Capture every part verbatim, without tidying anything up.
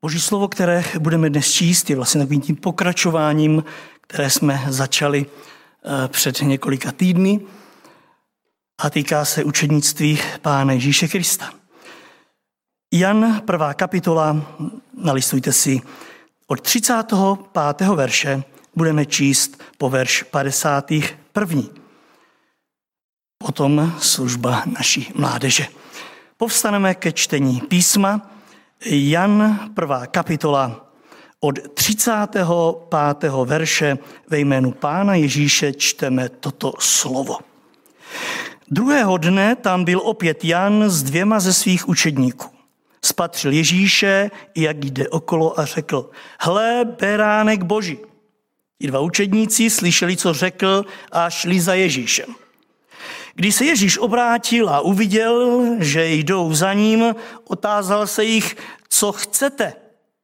Boží slovo, které budeme dnes číst, je vlastně takovým tím pokračováním, které jsme začali před několika týdny a týká se učednictví Pána Ježíše Krista. Jan, prvá kapitola, nalistujte si od třicátého pátého verše, budeme číst po verš padesátý první. Potom služba naší mládeže. Povstaneme ke čtení písma. Jan, prvá kapitola, od třicátého pátého verše ve jménu Pána Ježíše čteme toto slovo. Druhého dne tam byl opět Jan s dvěma ze svých učedníků. Spatřil Ježíše, jak jde okolo a řekl, hle, beránek Boží. Ti dva učedníci slyšeli, co řekl a šli za Ježíšem. Když se Ježíš obrátil a uviděl, že jdou za ním, otázal se jich, co chcete.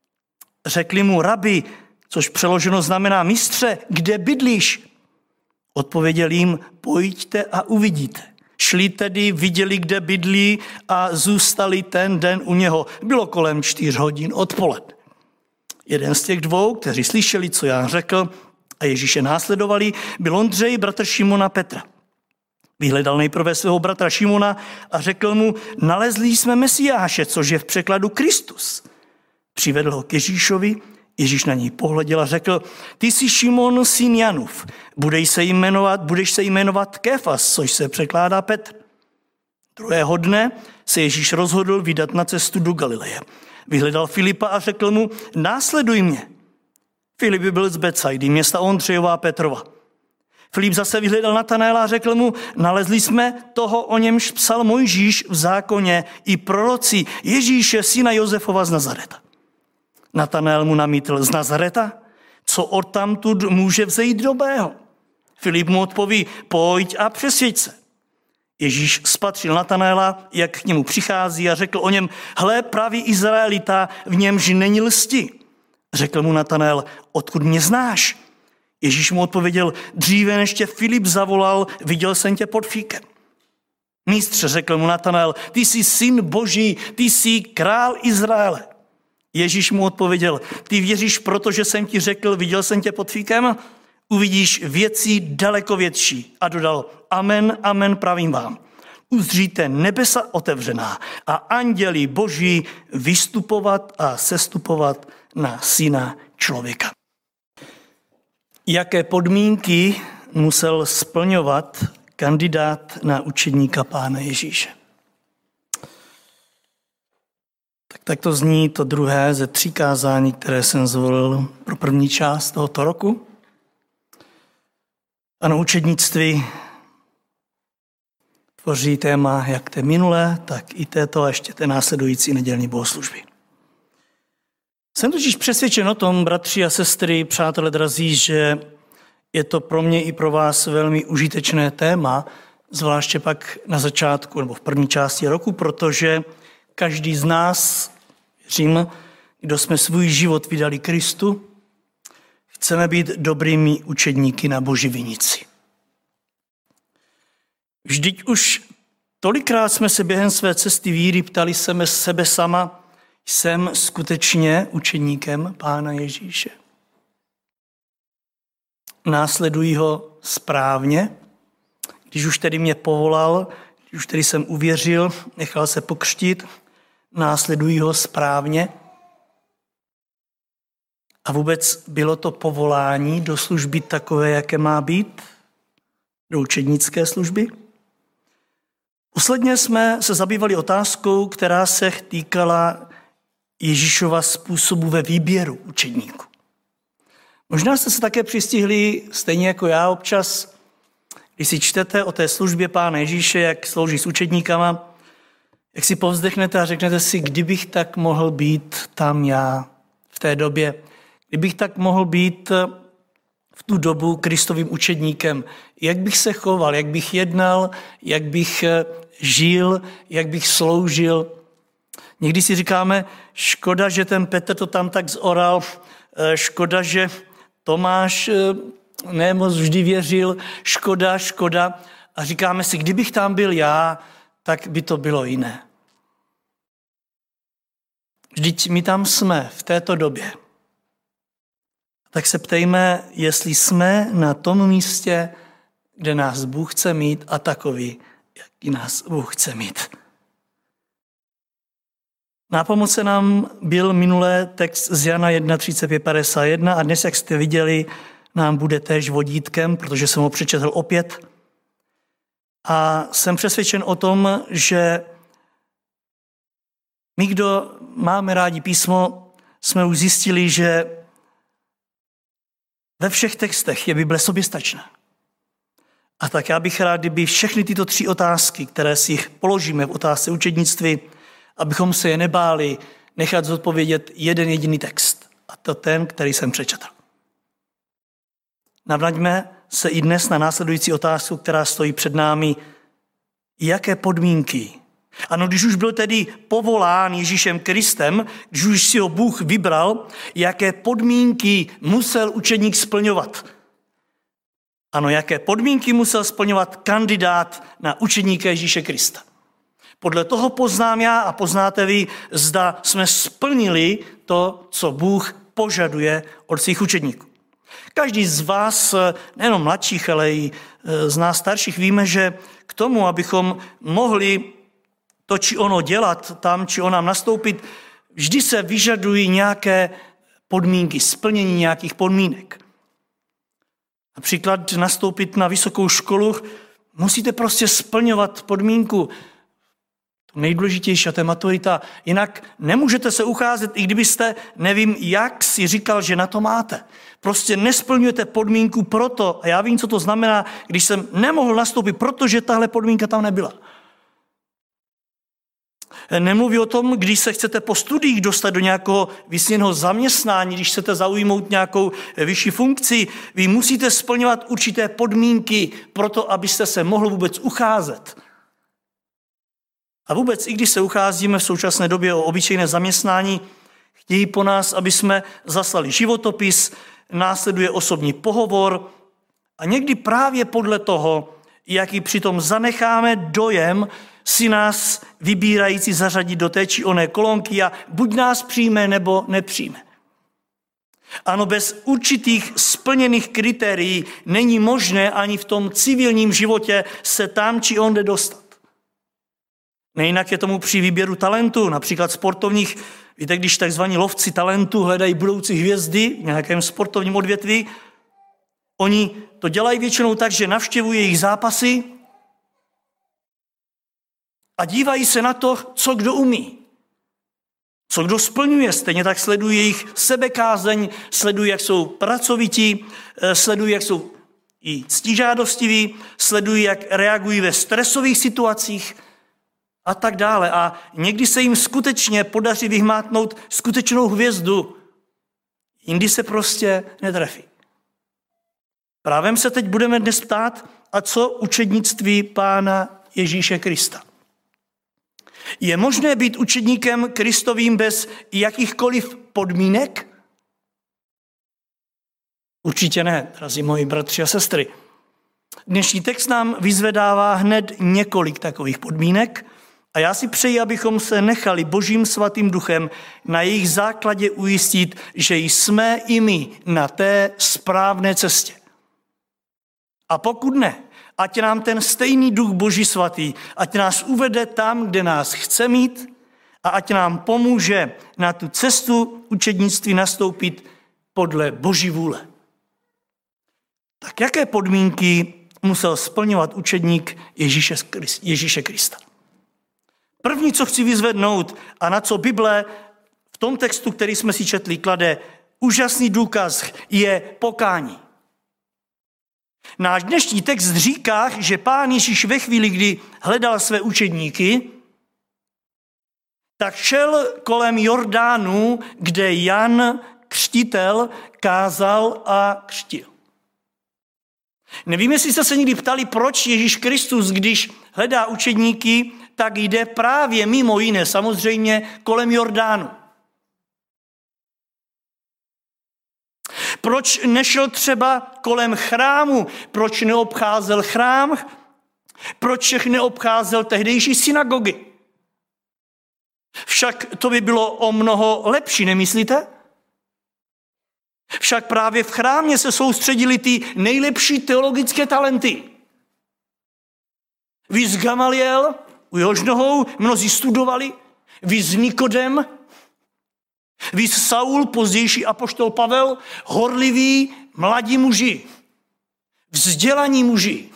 Řekli mu, rabi, což přeloženo znamená mistře, kde bydlíš? Odpověděl jim, pojďte a uvidíte. Šli tedy, viděli, kde bydlí a zůstali ten den u něho. Bylo kolem čtyř hodin odpoledne. Jeden z těch dvou, kteří slyšeli, co Jan řekl a Ježíše následovali, byl Ondřej, bratr Šimona Petra. Vyhledal nejprve svého bratra Šimona a řekl mu, nalezli jsme Mesiáše, což je v překladu Kristus. Přivedl ho k Ježíšovi, Ježíš na něj pohleděl a řekl, ty jsi Šimon, syn Janův, budeš se jmenovat, budeš se jmenovat Kéfas, což se překládá Petr. Druhého dne se Ježíš rozhodl vydat na cestu do Galileje. Vyhledal Filipa a řekl mu, následuj mě. Filip byl z Betsaidy, města Ondřejova a Petrova. Filip zase vyhledal Natanaela a řekl mu, nalezli jsme toho, o němž psal Mojžíš v zákoně i proroci, Ježíše, syna Josefova z Nazareta. Natanael mu namítl, z Nazareta? Co odtamtud může vzejít dobrého? Filip mu odpoví, pojď a přesvědč se. Ježíš spatřil Natanaela, jak k němu přichází a řekl o něm, hle, pravý Izraelita, v němž není lsti. Řekl mu Natanael, odkud mě znáš? Ježíš mu odpověděl, dříve než tě Filip zavolal, viděl jsem tě pod fíkem. Mistře, řekl mu Natanael, ty jsi syn Boží, ty jsi král Izraele. Ježíš mu odpověděl, ty věříš, protože jsem ti řekl, viděl jsem tě pod fíkem? Uvidíš věci daleko větší. A dodal, amen, amen, pravím vám. Uzříte nebesa otevřená a anděli Boží vystupovat a sestupovat na syna člověka. Jaké podmínky musel splňovat kandidát na učedníka Pána Ježíše? Tak, tak to zní to druhé ze tří kázání, které jsem zvolil pro první část tohoto roku. Ano, učednictví tvoří téma jak té minulé, tak i této a ještě té následující nedělní bohoslužby. Jsem totiž přesvědčen o tom, bratři a sestry, přátelé drazí, že je to pro mě i pro vás velmi užitečné téma, zvláště pak na začátku nebo v první části roku, protože každý z nás, věřím, kdo jsme svůj život vydali Kristu, chceme být dobrými učedníky na Boží vinici. Vždyť už tolikrát jsme se během své cesty víry ptali jsme sebe sama, jsem skutečně učedníkem Pána Ježíše? Následuji ho správně, když už tedy mě povolal, když už tedy jsem uvěřil, nechal se pokřtít, následuji ho správně. A vůbec bylo to povolání do služby takové, jaké má být? Do učednické služby? Posledně jsme se zabývali otázkou, která se týkala Ježíšova způsobu ve výběru učedníků. Možná jste se také přistihli, stejně jako já občas, když si čtete o té službě Pána Ježíše, jak slouží s učedníkama, jak si povzdechnete a řeknete si, kdybych tak mohl být tam já v té době, kdybych tak mohl být v tu dobu Kristovým učedníkem, jak bych se choval, jak bych jednal, jak bych žil, jak bych sloužil. Někdy si říkáme, škoda, že ten Petr to tam tak zoral, škoda, že Tomáš ne moc vždy věřil, škoda, škoda. A říkáme si, kdybych tam byl já, tak by to bylo jiné. Vždyť my tam jsme v této době. Tak se ptejme, jestli jsme na tom místě, kde nás Bůh chce mít a takový, jaký nás Bůh chce mít. Na pomoci nám byl minulé text z Jana jedna třicet pět padesát jedna a dnes, jak jste viděli, nám bude též vodítkem, protože jsem ho přečetl opět. A jsem přesvědčen o tom, že my, kdo máme rádi písmo, jsme už zjistili, že ve všech textech je Bible soběstačná. A tak já bych rád, kdyby všechny tyto tři otázky, které si položíme v otázce učednictví, abychom se je nebáli nechat zodpovědět jeden jediný text. A to ten, který jsem přečetl. Navraťme se i dnes na následující otázku, která stojí před námi. Jaké podmínky? Ano, když už byl tedy povolán Ježíšem Kristem, když už si ho Bůh vybral, jaké podmínky musel učedník splňovat? Ano, jaké podmínky musel splňovat kandidát na učedníka Ježíše Krista? Podle toho poznám já a poznáte vy, zda jsme splnili to, co Bůh požaduje od svých učedníků. Každý z vás, nejenom mladších, ale i z nás starších, víme, že k tomu, abychom mohli to či ono dělat, tam či onam nastoupit, vždy se vyžadují nějaké podmínky, splnění nějakých podmínek. Například nastoupit na vysokou školu, musíte prostě splňovat podmínku. To nejdůležitější, a to je maturita. Jinak nemůžete se ucházet, i kdybyste, nevím, jak si říkal, že na to máte. Prostě nesplňujete podmínku proto, a já vím, co to znamená, když jsem nemohl nastoupit, protože tahle podmínka tam nebyla. Nemluví o tom, když se chcete po studiích dostat do nějakého vysněného zaměstnání, když chcete zaujmout nějakou vyšší funkci, vy musíte splňovat určité podmínky pro to, abyste se mohl vůbec ucházet. A vůbec, i když se ucházíme v současné době o obyčejné zaměstnání, chtějí po nás, aby jsme zaslali životopis, následuje osobní pohovor a někdy právě podle toho, jaký přitom zanecháme dojem, si nás vybírající zařadit do té či oné kolonky a buď nás přijme, nebo nepřijme. Ano, bez určitých splněných kritérií není možné ani v tom civilním životě se tam či onde dostat. Nejinak je tomu při výběru talentu, například sportovních. Víte, když takzvaní lovci talentu hledají budoucí hvězdy v nějakém sportovním odvětví, oni to dělají většinou tak, že navštěvují jejich zápasy a dívají se na to, co kdo umí. Co kdo splňuje, stejně tak sledují jejich sebekázeň, sledují, jak jsou pracovití, sledují, jak jsou i ctižádostiví, sledují, jak reagují ve stresových situacích a tak dále. A někdy se jim skutečně podaří vyhmátnout skutečnou hvězdu, jindy se prostě netrefí. Právem se teď budeme dnes ptát, a co učednictví Pána Ježíše Krista? Je možné být učedníkem Kristovým bez jakýchkoliv podmínek? Určitě ne, drazí moji bratři a sestry. Dnešní text nám vyzvedává hned několik takových podmínek a já si přeji, abychom se nechali Božím svatým duchem na jejich základě ujistit, že jsme i my na té správné cestě. A pokud ne, ať nám ten stejný duch Boží svatý, ať nás uvede tam, kde nás chce mít a ať nám pomůže na tu cestu učednictví nastoupit podle Boží vůle. Tak jaké podmínky musel splňovat učedník Ježíše, Ježíše Krista? První, co chci vyzvednout a na co Bible v tom textu, který jsme si četli, klade úžasný důkaz, je pokání. Náš dnešní text říká, že Pán Ježíš ve chvíli, kdy hledal své učedníky, tak šel kolem Jordánu, kde Jan Křtitel kázal a křtil. Nevím, jestli jste se někdy ptali, proč Ježíš Kristus, když hledá učedníky, tak jde právě mimo jiné, samozřejmě kolem Jordánu. Proč nešel třeba kolem chrámu? Proč neobcházel chrám? Proč všech neobcházel tehdejší synagogy? Však to by bylo o mnoho lepší, nemyslíte? Však právě v chrámě se soustředili ty nejlepší teologické talenty. Vy z Gamaliel, u jehož nohou mnozí studovali, vy z Nikodem, vy z Saul, pozdější apoštol Pavel, horliví mladí muži, vzdělaní muži.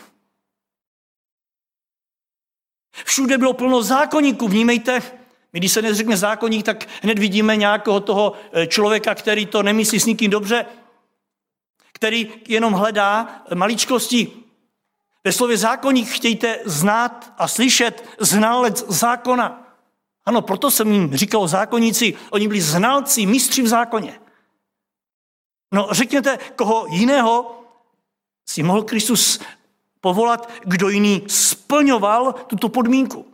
Všude bylo plno zákonníků, vnímejte, my, když se neřekne zákonník, tak hned vidíme nějakého toho člověka, který to nemyslí s nikým dobře, který jenom hledá maličkosti. Ve slově zákonník chtějte znát a slyšet znalec zákona. Ano, proto jsem jim říkal zákonníci, oni byli znalci, mistři v zákoně. No řekněte, koho jiného si mohl Kristus povolat, kdo jiný splňoval tuto podmínku.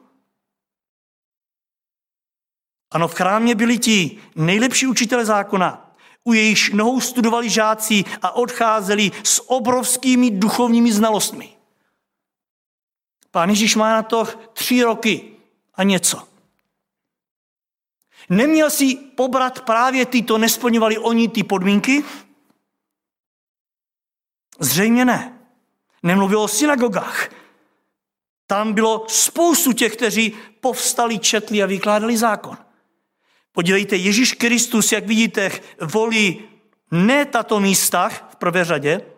Ano, v chrámě byli ti nejlepší učitelé zákona, u jejichž nohou studovali žáci a odcházeli s obrovskými duchovními znalostmi. Pán Ježíš má na to tři roky a něco. Neměl si pobrat právě ty, to nesplňovali oni ty podmínky? Zřejmě ne. Nemluvil o synagogách. Tam bylo spoustu těch, kteří povstali, četli a vykládali zákon. Podívejte, Ježíš Kristus, jak vidíte, volí ne tato místa v prvé řadě,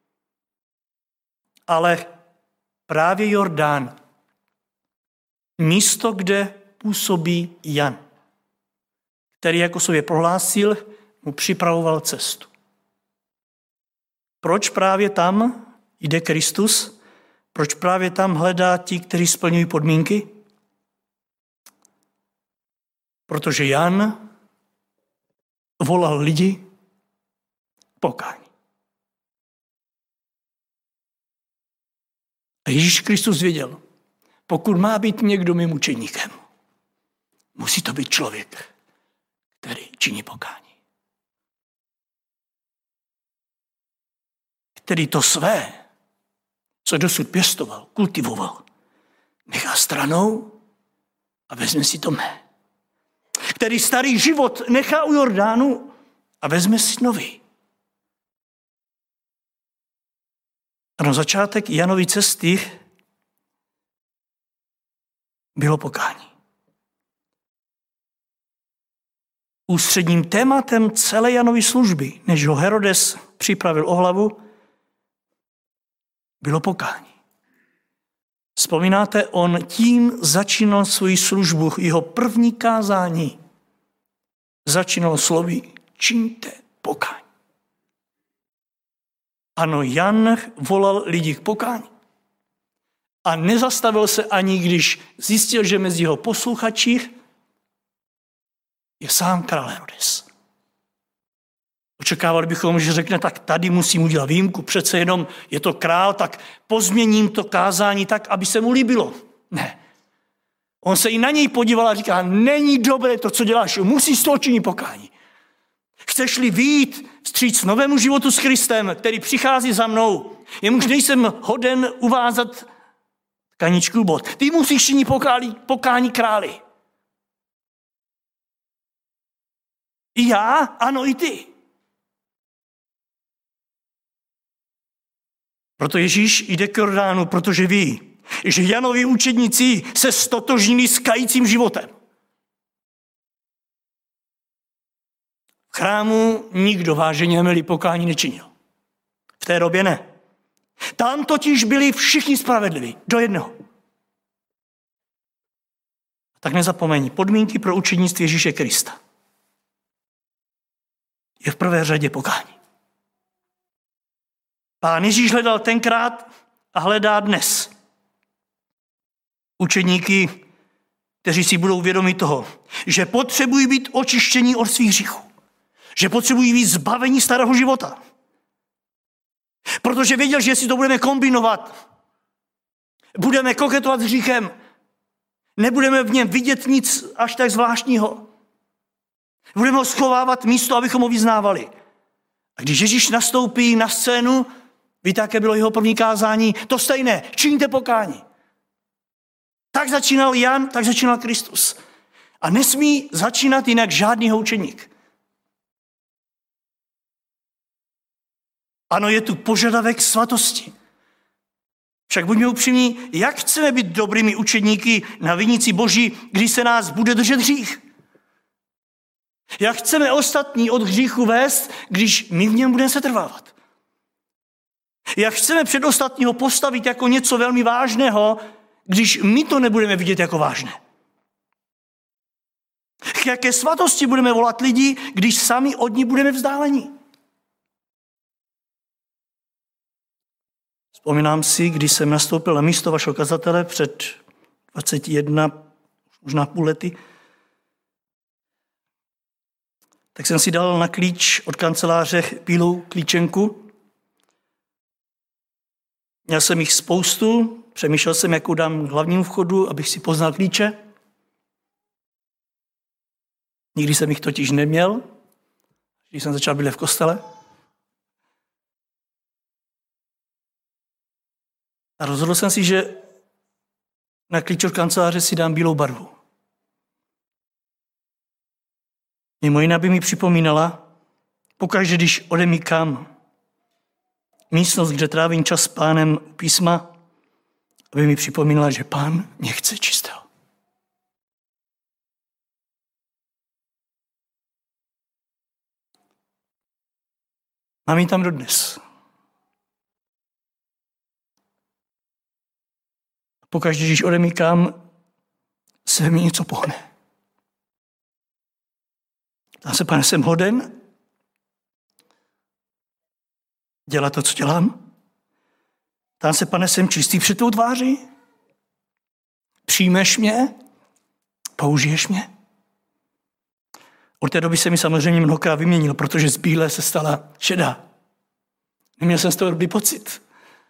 ale právě Jordán. Místo, kde působí Jan, který jako sobě prohlásil, mu připravoval cestu. Proč právě tam jde Kristus? Proč právě tam hledá ti, kteří splňují podmínky? Protože Jan volal lidi k pokání. A Ježíš Kristus věděl, pokud má být někdo mým učeníkem, musí to být člověk, který činí pokání. Který to své, co dosud pěstoval, kultivoval, nechá stranou a vezme si to mé. Který starý život nechá u Jordánu a vezme si nový. Ano, začátek Janovy cesty bylo pokání. Ústředním tématem celé Janovy služby, než ho Herodes připravil o hlavu, bylo pokání. Vzpomínáte, on tím začínal svoji službu, jeho první kázání začínal slovy čiňte pokání. Ano, Jan volal lidi k pokání. A nezastavil se ani, když zjistil, že mezi jeho posluchači je sám král Herodes. Očekávali bychom, že řekne, tak tady musím udělat výjimku, přece jenom je to král, tak pozměním to kázání tak, aby se mu líbilo. Ne. On se i na něj podíval a říká, není dobré to, co děláš, musíš z toho činit pokání. Chceš-li vyjít vstříc novému životu s Kristem, který přichází za mnou, jemuž nejsem hoden uvázat kaničku bod. Ty musíš činit pokání, pokání králi. I já, ano, i ty. Proto Ježíš jde k Jordánu, protože ví, že Janovi učedníci se stotožnili s kajícím životem. V chrámu nikdo váženě milý pokání nečinil. V té době ne. Tam totiž byli všichni spravedliví, do jednoho. Tak nezapomeň, podmínky pro učednictví Ježíše Krista je v prvé řadě pokání. Pán Ježíš hledal tenkrát a hledá dnes učedníky, kteří si budou vědomi toho, že potřebují být očištění od svých hříchů, že potřebují být zbavení starého života. Protože věděl, že si to budeme kombinovat, budeme koketovat s hříchem, nebudeme v něm vidět nic až tak zvláštního. Budeme ho schovávat místo, abychom ho vyznávali. A když Ježíš nastoupí na scénu, víte, jaké bylo jeho první kázání? To stejné, čiňte pokání. Tak začínal Jan, tak začínal Kristus. A nesmí začínat jinak žádný učeník. Ano, je tu požadavek svatosti. Však buďme upřímní, jak chceme být dobrými učedníky na vinici Boží, když se nás bude držet hřích? Jak chceme ostatní od hříchu vést, když my v něm budeme setrvávat? Jak chceme před ostatního postavit jako něco velmi vážného, když my to nebudeme vidět jako vážné? K jaké svatosti budeme volat lidi, když sami od ní budeme vzdáleni? Vzpomínám si, když jsem nastoupil na místo vašeho kazatele před dvaceti jednou, možná půl lety, tak jsem si dal na klíč od kanceláře bílou klíčenku. Měl jsem jich spoustu, přemýšlel jsem, jakou dám k hlavnímu vchodu, abych si poznal klíče. Nikdy jsem jich totiž neměl, když jsem začal být v kostele. A rozhodl jsem si, že na klíč od kanceláře si dám bílou barvu. Mimo jiné by mi připomínala, pokaždé, když odemykám místnost, kde trávím čas s Pánem u písma, aby mi připomínala, že Pán mě chce čistého. Mám ji tam dodnes. Pokaždé, když odemykám, se mi něco pohne. Ptám se, Pane, jsem hoden dělat to, co dělám? Ptám se, Pane, jsem čistý před tvou tváří? Přijmeš mě? Použiješ mě? Od té doby se mi samozřejmě mnohokrát vyměnil, protože z bílé se stala šedá. Neměl jsem z toho dobrý pocit.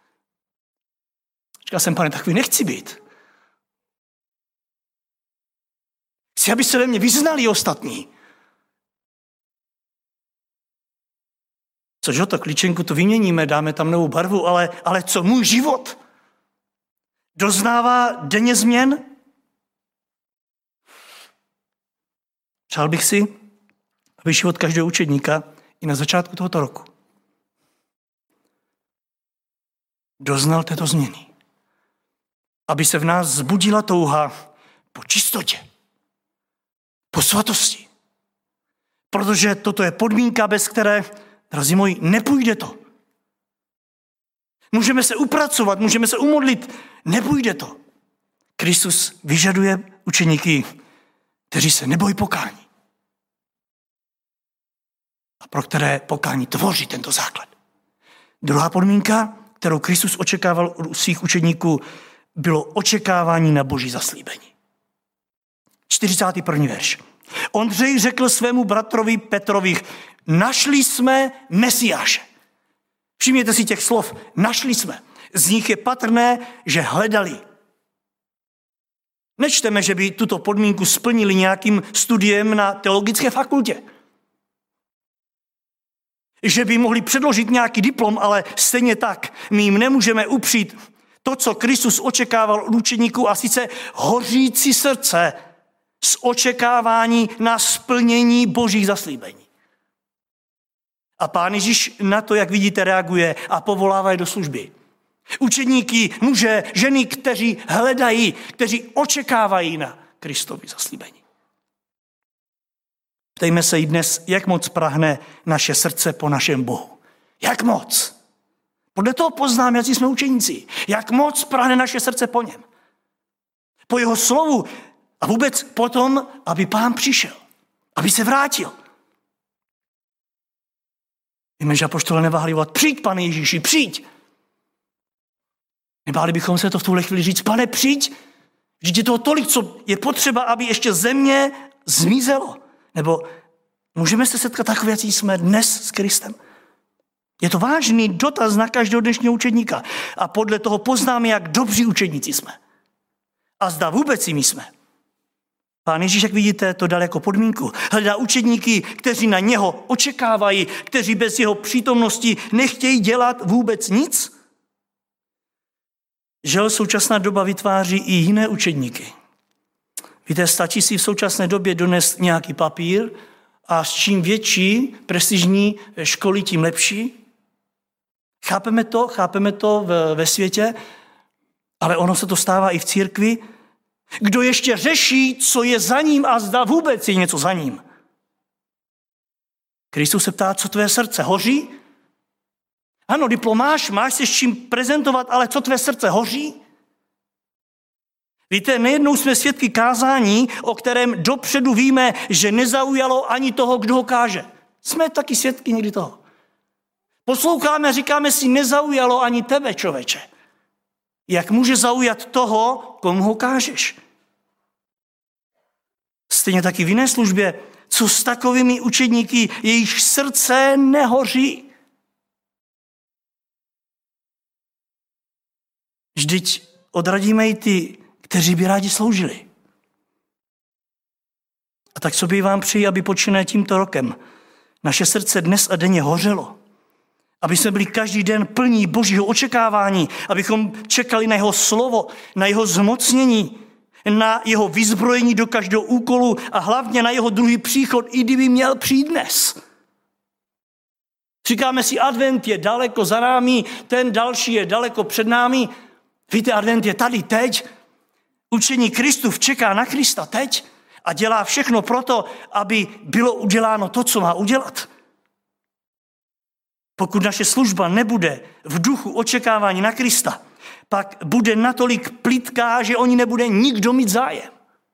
Říkal jsem, Pane, takový nechci být. Chci, aby se ve mně vyznali ostatní. Což o to klíčenku to vyměníme, dáme tam novou barvu, ale, ale co můj život? Doznává denně změn? Přál bych si, aby život každého učedníka i na začátku tohoto roku doznal této změny. Aby se v nás zbudila touha po čistotě, po svatosti. Protože toto je podmínka, bez které, drazí moji, nepůjde to. Můžeme se upracovat, můžeme se umodlit, nepůjde to. Kristus vyžaduje učeníky, kteří se nebojí pokání. A pro které pokání tvoří tento základ. Druhá podmínka, kterou Kristus očekával od svých učeníků, bylo očekávání na Boží zaslíbení. čtyřicátý první verš. Ondřej řekl svému bratrovi Petrovi, našli jsme Mesiáše. Všimněte si těch slov, našli jsme. Z nich je patrné, že hledali. Nečteme, že by tuto podmínku splnili nějakým studiem na teologické fakultě. Že by mohli předložit nějaký diplom, ale stejně tak my jim nemůžeme upřít to, co Kristus očekával od učeníků, a sice hořící srdce z očekávání na splnění Božích zaslíbení. A Pán Ježíš na to, jak vidíte, reaguje a povolává je do služby. Učeníky, muže, ženy, kteří hledají, kteří očekávají na Kristovi zaslíbení. Ptejme se i dnes, jak moc prahne naše srdce po našem Bohu. Jak moc? Podle toho poznám, jaký jsme učeníci. Jak moc prahne naše srdce po něm. Po jeho slovu a vůbec potom, aby Pán přišel. Aby se vrátil. Víme, že apoštolé neváhali volat, přijď, Pane Ježíši, přijď. Nebáli bychom se to v tuhle chvíli říct, Pane, přijď. Vždyť je toho tolik, co je potřeba, aby ještě země zmizelo. Nebo můžeme se setkat takové, jaký jsme dnes s Kristem. Je to vážný dotaz na každého dnešního učedníka. A podle toho poznáme, jak dobří učedníci jsme. A zda vůbec jimi jsme. Pán Ježíš, jak vidíte, to dal jako podmínku. Hledá učedníky, kteří na něho očekávají, kteří bez jeho přítomnosti nechtějí dělat vůbec nic. Žel současná doba vytváří i jiné učedníky. Víte, stačí si v současné době donést nějaký papír a s čím větší prestižní školy, tím lepší. Chápeme to, chápeme to ve světě, ale ono se to stává i v církvi. Kdo ještě řeší, co je za ním a zda vůbec je něco za ním. Kristus se ptá, co tvé srdce hoří? Ano, diplom máš, máš se s čím prezentovat, ale co tvé srdce hoří? Víte, nejednou jsme svědky kázání, o kterém dopředu víme, že nezaujalo ani toho, kdo ho káže. Jsme taky svědky někdy toho. Posloucháme a říkáme si, nezaujalo ani tebe, člověče. Jak může zaujat toho, komu ho kážeš? Stejně taky v jiné službě, co s takovými učedníky, jejich srdce nehoří. Vždyť odradíme i ty, kteří by rádi sloužili. A tak co by vám přeji, aby počínaje tímto rokem naše srdce dnes a denně hořelo. Aby jsme byli každý den plní Božího očekávání, abychom čekali na jeho slovo, na jeho zmocnění, na jeho vyzbrojení do každého úkolu a hlavně na jeho druhý příchod, i kdyby měl přijít dnes. Říkáme si, advent je daleko za námi, ten další je daleko před námi. Víte, advent je tady teď. Učení Kristův čeká na Krista teď a dělá všechno proto, aby bylo uděláno to, co má udělat. Pokud naše služba nebude v duchu očekávání na Krista, pak bude natolik plitká, že o ní nebude nikdo mít zájem.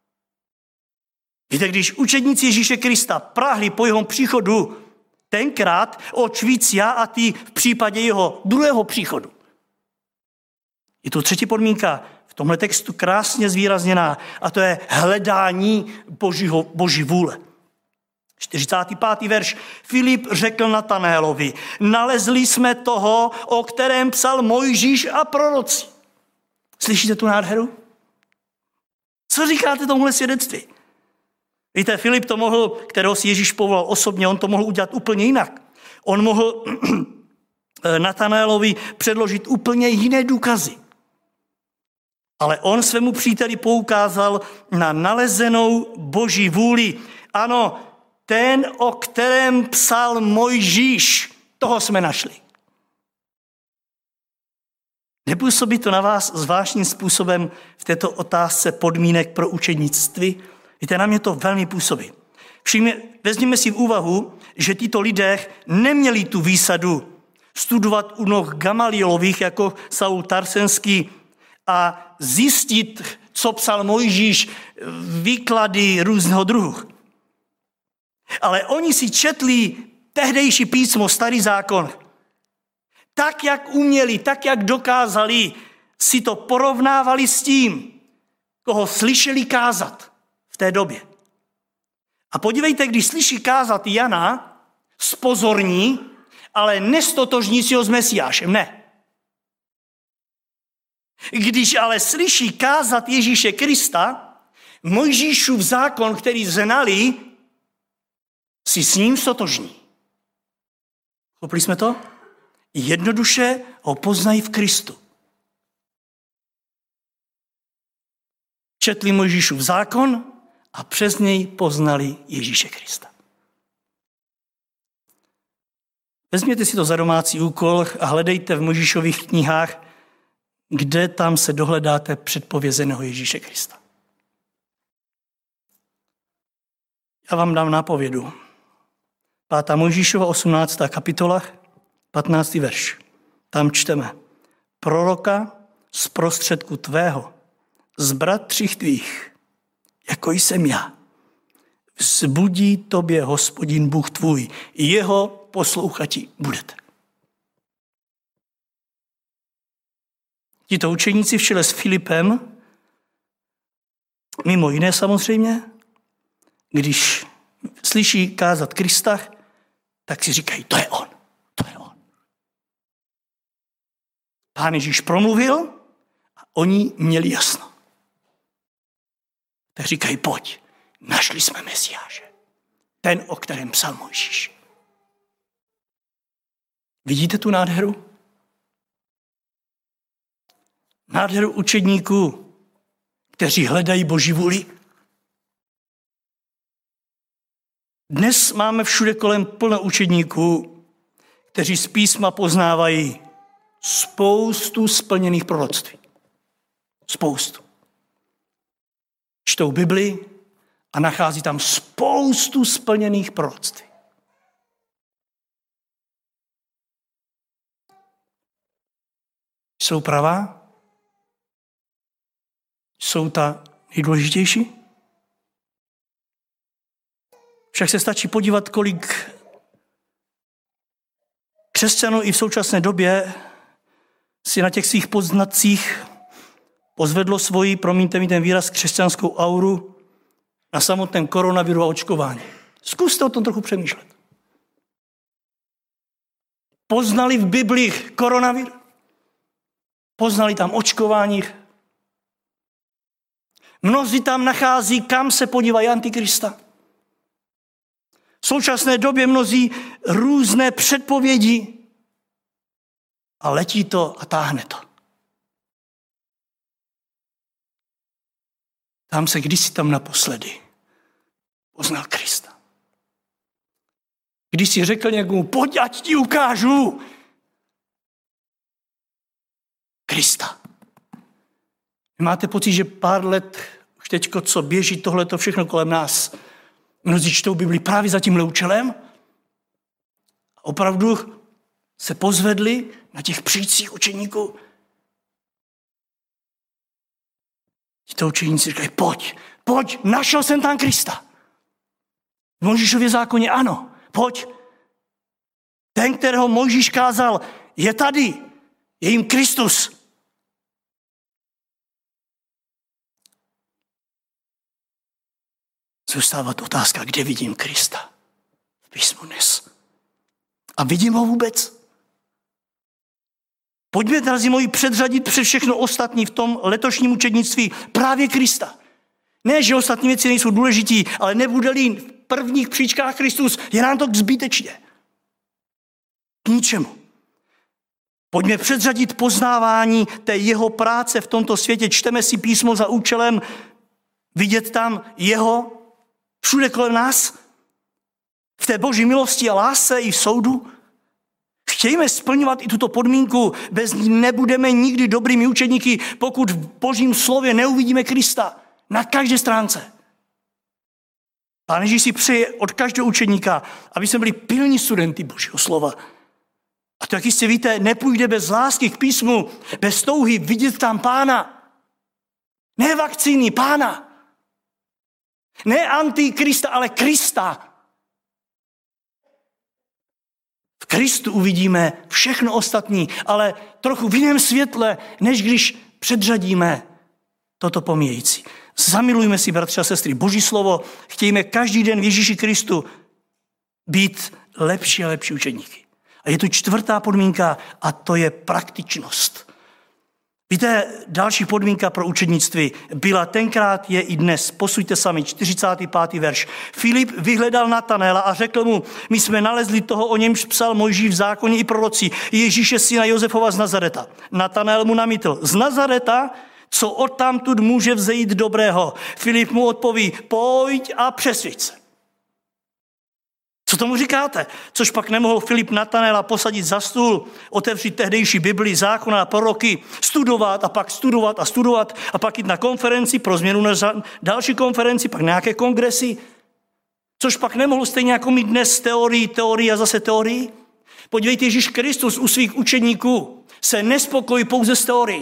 Víte, když učedníci Ježíše Krista prahli po jeho příchodu, tenkrát oč víc já a ty v případě jeho druhého příchodu. Je to třetí podmínka v tomhle textu krásně zvýrazněná a to je hledání Božího, Boží vůle. čtyřicátý pátý verš. Filip řekl Natanélovi, nalezli jsme toho, o kterém psal Mojžíš a proroci. Slyšíte tu nádheru? Co říkáte tomuhle svědectví? Víte, Filip to mohl, kterého si Ježíš povolal osobně, on to mohl udělat úplně jinak. On mohl Natanélovi předložit úplně jiné důkazy. Ale on svému příteli poukázal na nalezenou Boží vůli. Ano, ten, o kterém psal Mojžíš, toho jsme našli. Nepůsobí to na vás zvláštním způsobem v této otázce podmínek pro učednictví? Víte, na mě to velmi působí. Všimně, vezměme si v úvahu, že tyto lidé neměli tu výsadu studovat u noh Gamalielových jako Saul Tarsenský a zjistit, co psal Mojžíš, výklady různého druhu. Ale oni si četli tehdejší písmo, starý zákon. Tak, jak uměli, tak, jak dokázali, si to porovnávali s tím, koho slyšeli kázat v té době. A podívejte, když slyší kázat Jana, spozorní, ale nestotožní si ho s Mesiášem, ne. Když ale slyší kázat Ježíše Krista, Mojžíšův zákon, který znali, si s ním stotožní. Chopili jsme to? Jednoduše ho poznají v Kristu. Četli Mojžíšův zákon a přes něj poznali Ježíše Krista. Vezměte si to za domácí úkol a hledejte v Mojžíšových knihách, kde tam se dohledáte předpovězeného Ježíše Krista. Já vám dám nápovědu. Pátá Mojžíšova osmnáctá kapitola, patnáctý verš. Tam čteme. Proroka z prostředku tvého, z bratřích tvých, jako jsem já, vzbudí tobě Hospodin Bůh tvůj, jeho poslouchati budete. Tito učeníci v čele s Filipem, mimo jiné samozřejmě, když slyší kázat Krista, tak si říkají, to je on, to je on. Pán Ježíš promluvil a oni měli jasno. Tak říkají, pojď, našli jsme Mesiáše, ten, o kterém psal Mojžíš. Vidíte tu nádheru? Nádheru učedníků, kteří hledají Boží vůli. Dnes máme všude kolem plno učedníků, kteří z písma poznávají spoustu splněných proroctví. Spoustu. Čtou Bibli a nachází tam spoustu splněných proroctví. Jsou pravá? Jsou ta nejdůležitější? Však se stačí podívat, kolik křesťanů i v současné době si na těch svých poznatcích pozvedlo svoji, promiňte mi ten výraz, křesťanskou auru na samotném koronaviru a očkování. Zkuste o tom trochu přemýšlet. Poznali v Biblii koronavir? Poznali tam očkování? Mnozí tam nachází, kam se podívají Antikrista. V současné době mnozí různé předpovědi a letí to a táhne to. Tam se kdysi tam naposledy poznal Krista. Když si řekl někomu, pojď, ať ti ukážu Krista. Máte pocit, že pár let už teďko, co běží tohleto všechno kolem nás, mnozí čtou Bibli právě za tímhle účelem a opravdu se pozvedli na těch příčích učeníků. Tito učeníci říkají, pojď, pojď, našel jsem tam Krista. V Mojžíšově zákoně ano, pojď. Ten, kterého Mojžíš kázal, je tady, je jim Kristus. Zůstává otázka, kde vidím Krista v písmu dnes. A vidím ho vůbec? Pojďme, drazí moji, předřadit před všechno ostatní v tom letošním učednictví právě Krista. Ne, že ostatní věci nejsou důležitý, ale nebude-li v prvních příčkách Kristus, je nám to zbytečně. K ničemu. Pojďme předřadit poznávání té jeho práce v tomto světě. Čteme si písmo za účelem vidět tam jeho všude kolem nás, v té boží milosti a lásce i v soudu. Chtějme splňovat i tuto podmínku, bez ní nebudeme nikdy dobrými učedníky, pokud v božím slově neuvidíme Krista na každé stránce. Pán Ježíš si přeje od každého učedníka, aby jsme byli pilní studenty božího slova. A to, jak jistě víte, nepůjde bez lásky k písmu, bez touhy vidět tam Pána. Ne vakcíny, Pána. Ne antikrista, ale Krista. V Kristu uvidíme všechno ostatní, ale trochu v jiném světle, než když předřadíme toto pomíjející. Zamilujme si, bratři a sestry, Boží slovo, chtějme každý den v Ježíši Kristu být lepší a lepší učedníky. A je tu čtvrtá podmínka a to je praktičnost. Víte, další podmínka pro učednictví byla tenkrát, je i dnes. Posuďte sami, čtyřicátý pátý verš. Filip vyhledal Natanaela a řekl mu, my jsme nalezli toho, o němž psal Mojžíš v zákoně i proroci, Ježíše syna Josefova z Nazareta. Natanael mu namítl, z Nazareta, co odtamtud může vzejít dobrého? Filip mu odpoví, pojď a přesvědč se. Co tomu říkáte? Což pak nemohl Filip Natanaela posadit za stůl, otevřít tehdejší Bibli, zákona a proroky, studovat a pak studovat a studovat a pak jít na konferenci, pro změnu na další konferenci, pak nějaké kongresy. Což pak nemohl stejně jako mít dnes teorii, teorii a zase teorii. Podívejte, Ježíš Kristus u svých učeníků se nespokojí pouze s teorií.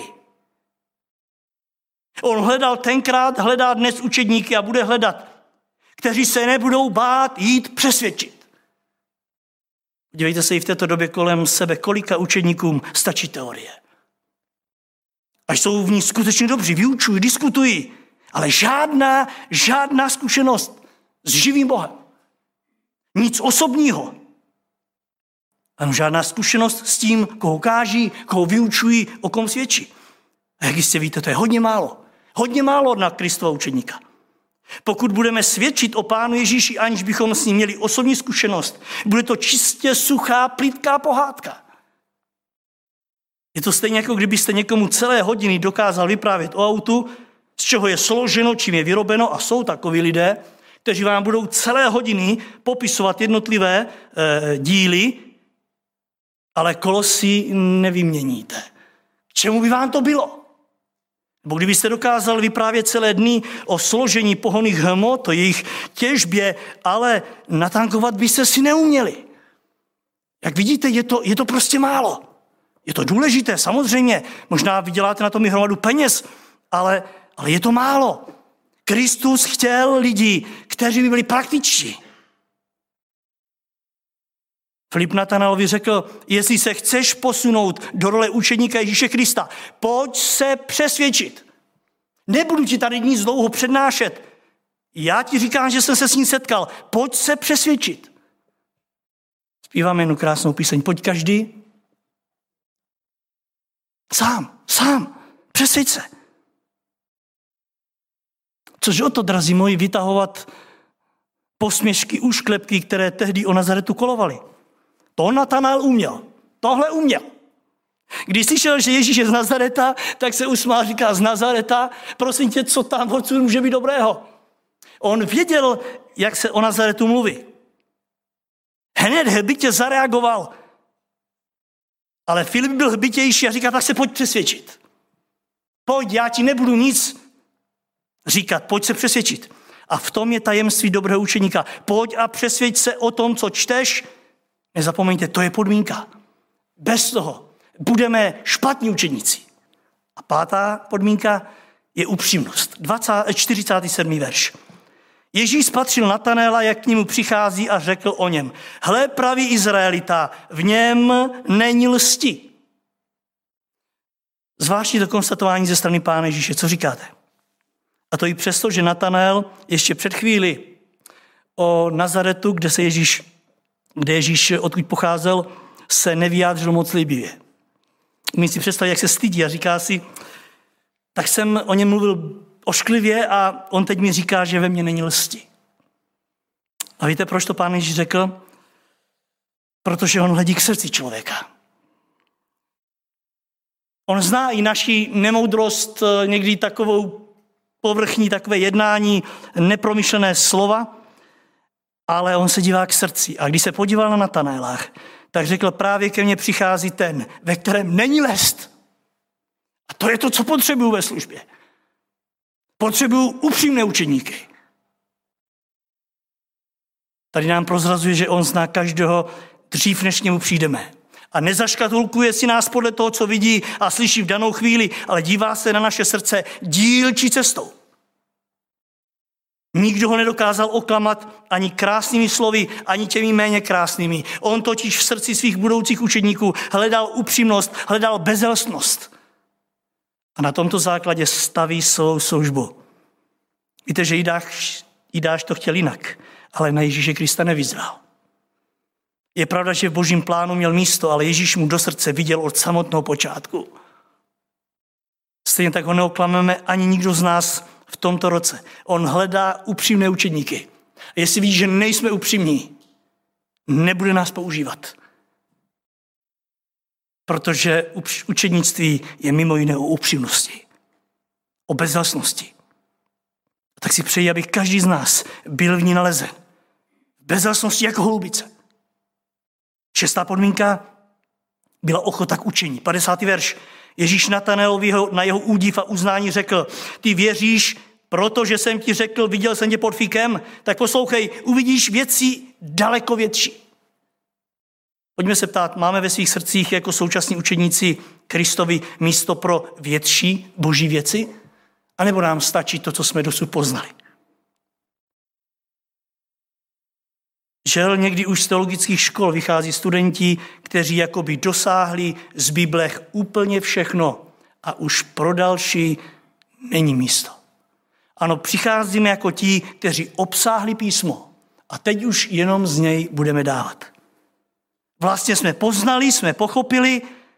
On hledal tenkrát, hledá dnes učedníky a bude hledat, kteří se nebudou bát jít přesvědčit. Dívejte se i v této době kolem sebe, kolika učedníkům stačí teorie. A jsou v ní skutečně dobří, vyučují, diskutují, ale žádná, žádná zkušenost s živým Bohem. Nic osobního. Ano, žádná zkušenost s tím, koho káží, koho vyučují, o kom svědčí. A jak jistě víte, to je hodně málo. Hodně málo na Kristova učedníka. Pokud budeme svědčit o Pánu Ježíši, aniž bychom s ním měli osobní zkušenost, bude to čistě suchá, plitká pohádka. Je to stejně, jako kdybyste někomu celé hodiny dokázal vyprávět o autu, z čeho je složeno, čím je vyrobeno, a jsou takoví lidé, kteří vám budou celé hodiny popisovat jednotlivé e, díly, ale Kolosy nevyměníte. K čemu by vám to bylo? Nebo kdybyste dokázal vyprávět celé dny o složení pohonných hmot, o jejich těžbě, ale natankovat byste si neuměli. Jak vidíte, je to, je to prostě málo. Je to důležité, samozřejmě. Možná vyděláte na tom i hromadu peněz, ale, ale je to málo. Kristus chtěl lidi, kteří by byli praktičtí. Filip Natanaelovi řekl, jestli se chceš posunout do role učeníka Ježíše Krista, pojď se přesvědčit. Nebudu ti tady nic dlouho přednášet. Já ti říkám, že jsem se s ním setkal. Pojď se přesvědčit. Zpíváme jednu krásnou píseň. Pojď každý. Sám, sám. Přesvědč se. Což o to, drazí moji, vytahovat posměšky, ušklepky, které tehdy o Nazaretu kolovaly. To Natanael uměl. Tohle uměl. Když slyšel, že Ježíš je z Nazareta, tak se usmál, říká, z Nazareta, prosím tě, co tam odsud může být dobrého. On věděl, jak se o Nazaretu mluví. Hned hbitě zareagoval. Ale Filip byl hbitější a říká, tak se pojď přesvědčit. Pojď, já ti nebudu nic říkat, pojď se přesvědčit. A v tom je tajemství dobrého učeníka. Pojď a přesvědč se o tom, co čteš. Nezapomeňte, to je podmínka. Bez toho budeme špatní učeníci. A pátá podmínka je upřímnost. čtyřicátý sedmý verš. Ježíš spatřil Natanaela, jak k němu přichází a řekl o něm. Hle, pravý Izraelita, v něm není lsti. Zvláštní to konstatování ze strany Pána Ježíše. Co říkáte? A to i přesto, že Natanael ještě před chvíli o Nazaretu, kde se Ježíš, kde Ježíš odkud pocházel, se nevyjádřil moc líbivě. Umí si představit, jak se stydí a říká si, tak jsem o něm mluvil ošklivě a on teď mi říká, že ve mně není lsti. A víte, proč to Pán Ježíš řekl? Protože on hledí k srdci člověka. On zná i naši nemoudrost, někdy takovou povrchní, takové jednání, nepromyšlené slova, ale on se dívá k srdci. A když se podíval na Natanaelách, tak řekl, právě ke mně přichází ten, ve kterém není lest. A to je to, co potřebuju ve službě. Potřebuju upřímné učeníky. Tady nám prozrazuje, že on zná každého dřív, než k němu přijdeme. A nezaškatulkuje si nás podle toho, co vidí a slyší v danou chvíli, ale dívá se na naše srdce dílčí cestou. Nikdo ho nedokázal oklamat ani krásnými slovy, ani těmi méně krásnými. On totiž v srdci svých budoucích učeníků hledal upřímnost, hledal bezelstnost. A na tomto základě staví svou službu. Víte, že Jidáš, Jidáš to chtěl jinak, ale na Ježíše Krista nevyzval. Je pravda, že v božím plánu měl místo, ale Ježíš mu do srdce viděl od samotného počátku. Stejně tak ho neoklameme ani nikdo z nás v tomto roce. On hledá upřímné učeníky. A jestli vidí, že nejsme upřímní, nebude nás používat. Protože učednictví je mimo jiné o upřímnosti, o bezelstnosti. Tak si přeji, aby každý z nás byl v ní nalezen. V bezelstnosti jako holubice. Šestá podmínka byla ochota k učení. padesátý verš. Ježíš Natanaelovi na jeho údiv a uznání řekl, ty věříš, protože jsem ti řekl, viděl jsem tě pod fíkem, tak poslouchej, uvidíš věci daleko větší. Pojďme se ptát, máme ve svých srdcích jako současní učeníci Kristovi místo pro větší boží věci? A nebo nám stačí to, co jsme dosud poznali? Žel někdy už z teologických škol vychází studenti, kteří jakoby dosáhli z Bible úplně všechno a už pro další není místo. Ano, přicházíme jako ti, kteří obsáhli písmo a teď už jenom z něj budeme dávat. Vlastně jsme poznali, jsme pochopili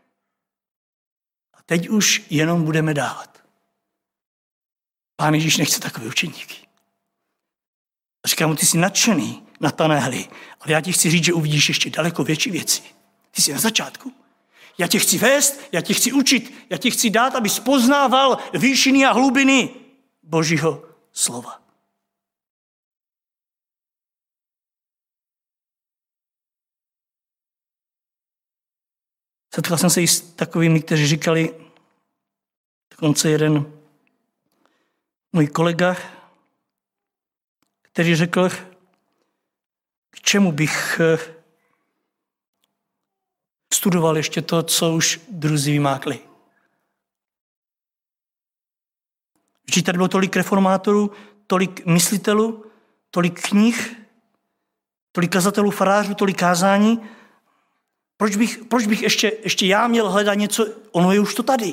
a teď už jenom budeme dávat. Pán Ježíš nechce takové učeníky. Říká mu, ty jsi nadšený, Natanaeli, ale já ti chci říct, že uvidíš ještě daleko větší věci. Ty jsi na začátku. Já tě chci vést, já tě chci učit, já tě chci dát, abys poznával výšiny a hlubiny Božího slova. Setkal jsem se i s takovými, kteří říkali, dokonce jeden můj kolega, který řekl, k čemu bych studoval ještě to, co už druzí vymákli. Vždyť tady bylo tolik reformátorů, tolik myslitelů, tolik knih, tolik kazatelů, farářů, tolik kázání. Proč bych, proč bych ještě, ještě já měl hledat něco, ono je už to tady.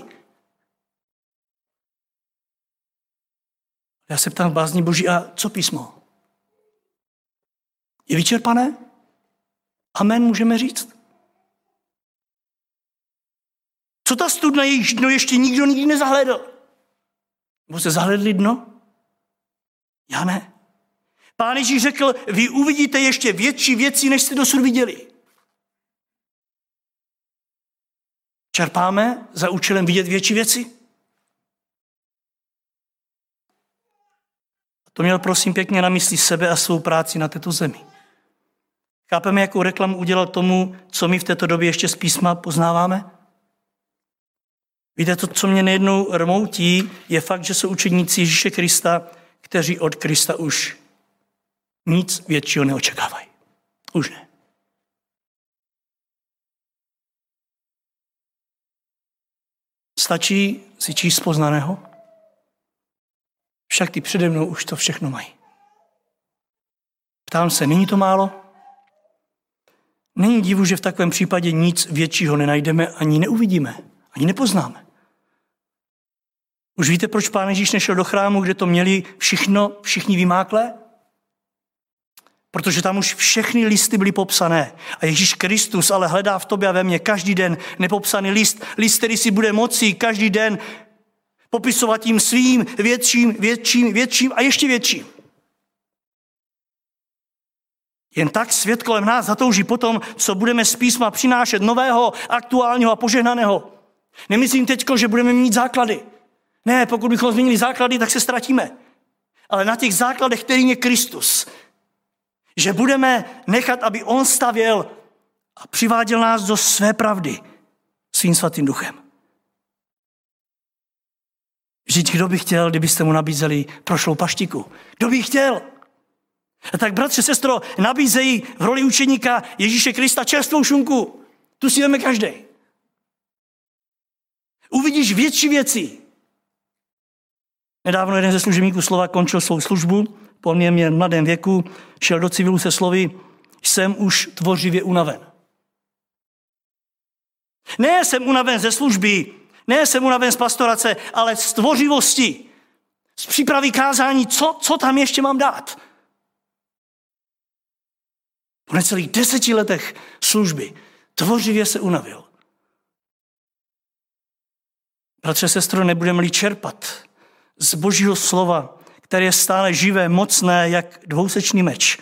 Já se ptám v bázni Boží, a co písmo? Je vyčerpané? Amen, můžeme říct. Co ta studna, jejíž dno ještě nikdo nikdy nezahledl? Nebo se zahledli dno? Já ne. Pán Ježíš řekl, vy uvidíte ještě větší věci, než jste dosud viděli. Čerpáme za účelem vidět větší věci? To měl prosím pěkně na mysli sebe a svou práci na této zemi. Chápeme, jakou reklamu udělal tomu, co my v této době ještě z písma poznáváme? Víte, to, co mě nejednou rmoutí, je fakt, že jsou učedníci Ježíše Krista, kteří od Krista už nic většího neočekávají. Už ne. Stačí si číst poznaného? Však ty přede mnou už to všechno mají. Ptám se, není to málo? Není divu, že v takovém případě nic většího nenajdeme ani neuvidíme, ani nepoznáme. Už víte, proč Pán Ježíš nešel do chrámu, kde to měli všechno, všichni vymáklé? Protože tam už všechny listy byly popsané. A Ježíš Kristus ale hledá v tobě a ve mně každý den nepopsaný list, list, který si bude moci každý den popisovat tím svým větším, větším, větším a ještě větším. Jen tak svět kolem nás zatouží potom, co budeme z písma přinášet nového, aktuálního a požehnaného. Nemyslím teďko, že budeme mít základy. Ne, pokud bychom změnili základy, tak se ztratíme. Ale na těch základech, kterým je Kristus. Že budeme nechat, aby on stavěl a přiváděl nás do své pravdy svým svatým duchem. Vždyť kdo by chtěl, kdybyste mu nabízeli prošlou paštiku? Kdo by chtěl? A tak bratře, sestro, nabízejí v roli učeníka Ježíše Krista čerstvou šunku. Tu si veme každý. Uvidíš větší věci. Nedávno jeden ze služebníků slova končil svou službu, poměrně mladém věku, šel do civilu se slovy, jsem už tvořivě unaven. Ne, jsem unaven ze služby, ne, jsem unaven z pastorace, ale z tvořivosti, z přípravy kázání, co, co tam ještě mám dát. Po necelých deseti letech služby tvořivě se unavil. Bratře, sestro, nebudeme-li čerpat z Božího slova, které je stále živé, mocné, jak dvousečný meč.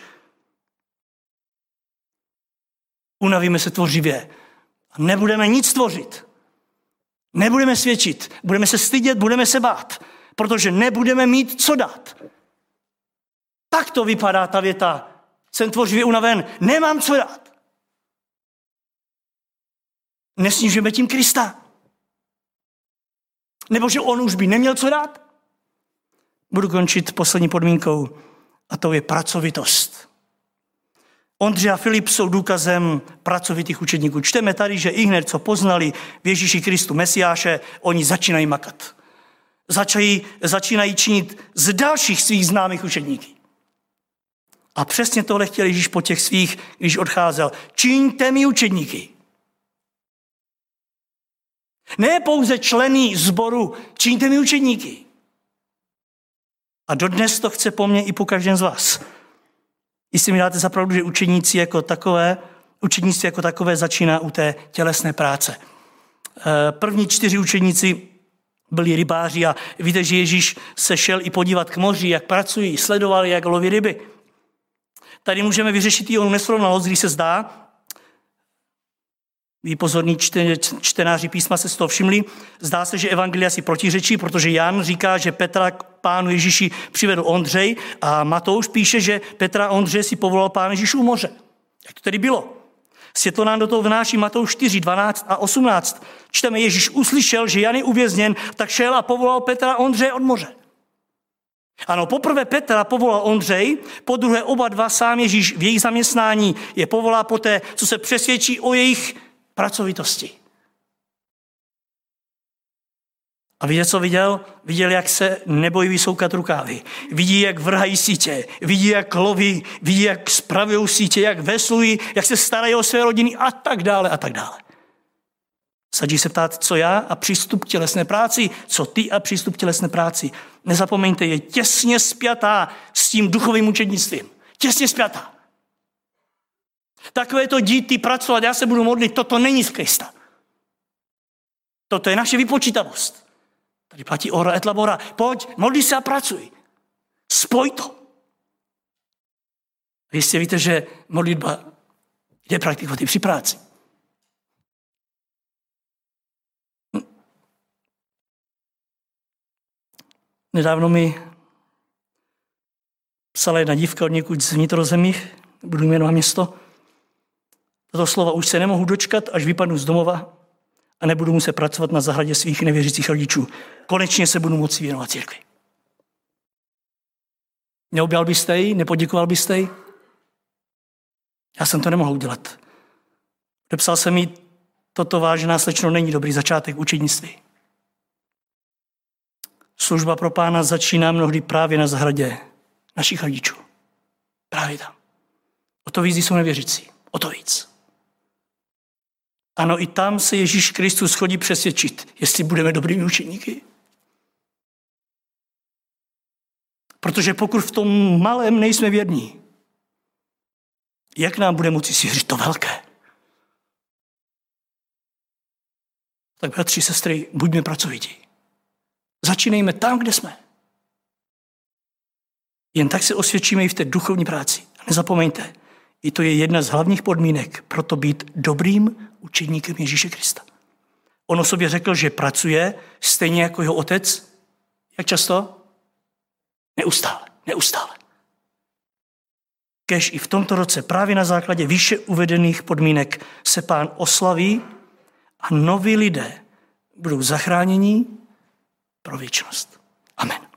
Unavíme se tvořivě a nebudeme nic tvořit. Nebudeme svědčit, budeme se stydět, budeme se bát, protože nebudeme mít co dát. Tak to vypadá ta věta. Jsem tvořivě unaven, nemám co dát. Nesnižujeme tím Krista. Nebo že on už by neměl co dát? Budu končit poslední podmínkou a to je pracovitost. Ondřej a Filip jsou důkazem pracovitých učedníků. Čteme tady, že i hned, co poznali v Ježíši Kristu Mesiáše, oni začínají makat. Začají, začínají činit z dalších svých známých učedníků. A přesně tohle chtěl Ježíš po těch svých, když odcházel. Čiňte mi učedníky. Ne pouze členy sboru, čiňte mi učedníky. A dodnes to chce po mně i po každém z vás. Jestli mi dáte za pravdu, že učedníci jako takové, učednictví jako takové začíná u té tělesné práce. První čtyři učedníci byli rybáři a víte, že Ježíš se šel i podívat k moři, jak pracují, sledovali, jak loví ryby. Tady můžeme vyřešit i onu nesrovnalost, když se zdá, vy pozorní čtenáři písma se z toho všimli, zdá se, že evangelia si protiřečí, protože Jan říká, že Petra k pánu Ježíši přivedl Ondřej a Matouš píše, že Petra a Ondřej si povolal pán Ježíš u moře. Jak to tedy bylo? Světlo nám do toho vnáší Matouš čtyři, dvanáct a osmnáct. Čteme, Ježíš uslyšel, že Jan je uvězněn, tak šel a povolal Petra a Ondřeje od moře. Ano, poprvé Petra povolal Ondřej, po druhé oba dva sám Ježíš v jejich zaměstnání je povolá poté, co se přesvědčí o jejich pracovitosti. A víte, co viděl? Viděl, jak se nebojí vysoukat rukávy. Vidí, jak vrhají sítě. Vidí, jak loví. Vidí, jak spravují sítě, jak veslují, jak se starají o své rodiny a tak dále a tak dále. Sadí se ptát, co já a přístup k tělesné práci, co ty a přístup k tělesné práci. Nezapomeňte, je těsně spjatá s tím duchovým učednictvím. Těsně spjatá. Takové to díty pracovat, já se budu modlit, toto není z Krista. Toto je naše vypočítavost. Tady platí ora et labora. Pojď, modli se a pracuj. Spoj to. Vy jistě víte, že modlitba jde praktikovat i při práci. Nedávno mi psala jedna dívka od někud z vnitrozemích, budu jmenovat město. Tato slova: už se nemohu dočkat, až vypadnu z domova a nebudu muset pracovat na zahradě svých nevěřících rodičů. Konečně se budu moci věnovat církvi. Neobjal byste ji? Nepoděkoval byste ji? Já jsem to nemohl udělat. Dopsal jsem jí: toto, vážená slečno, není dobrý začátek učednictví. Služba pro Pána začíná mnohdy právě na zahradě našich rodičů. Právě tam. O to víc jsou nevěřící. O to víc. Ano, i tam se Ježíš Kristus chodí přesvědčit, jestli budeme dobrými učeníky. Protože pokud v tom malém nejsme věrní, jak nám bude moci svěřit to velké? Tak bratři, sestry, buďme pracovití. Začínejme tam, kde jsme. Jen tak se osvědčíme i v té duchovní práci. A nezapomeňte, i to je jedna z hlavních podmínek pro to být dobrým učedníkem Ježíše Krista. On o sobě řekl, že pracuje stejně jako jeho otec. Jak často? Neustále, neustále. Kéž i v tomto roce právě na základě výše uvedených podmínek se Pán oslaví a noví lidé budou zachráněni pro věčnost. Amen.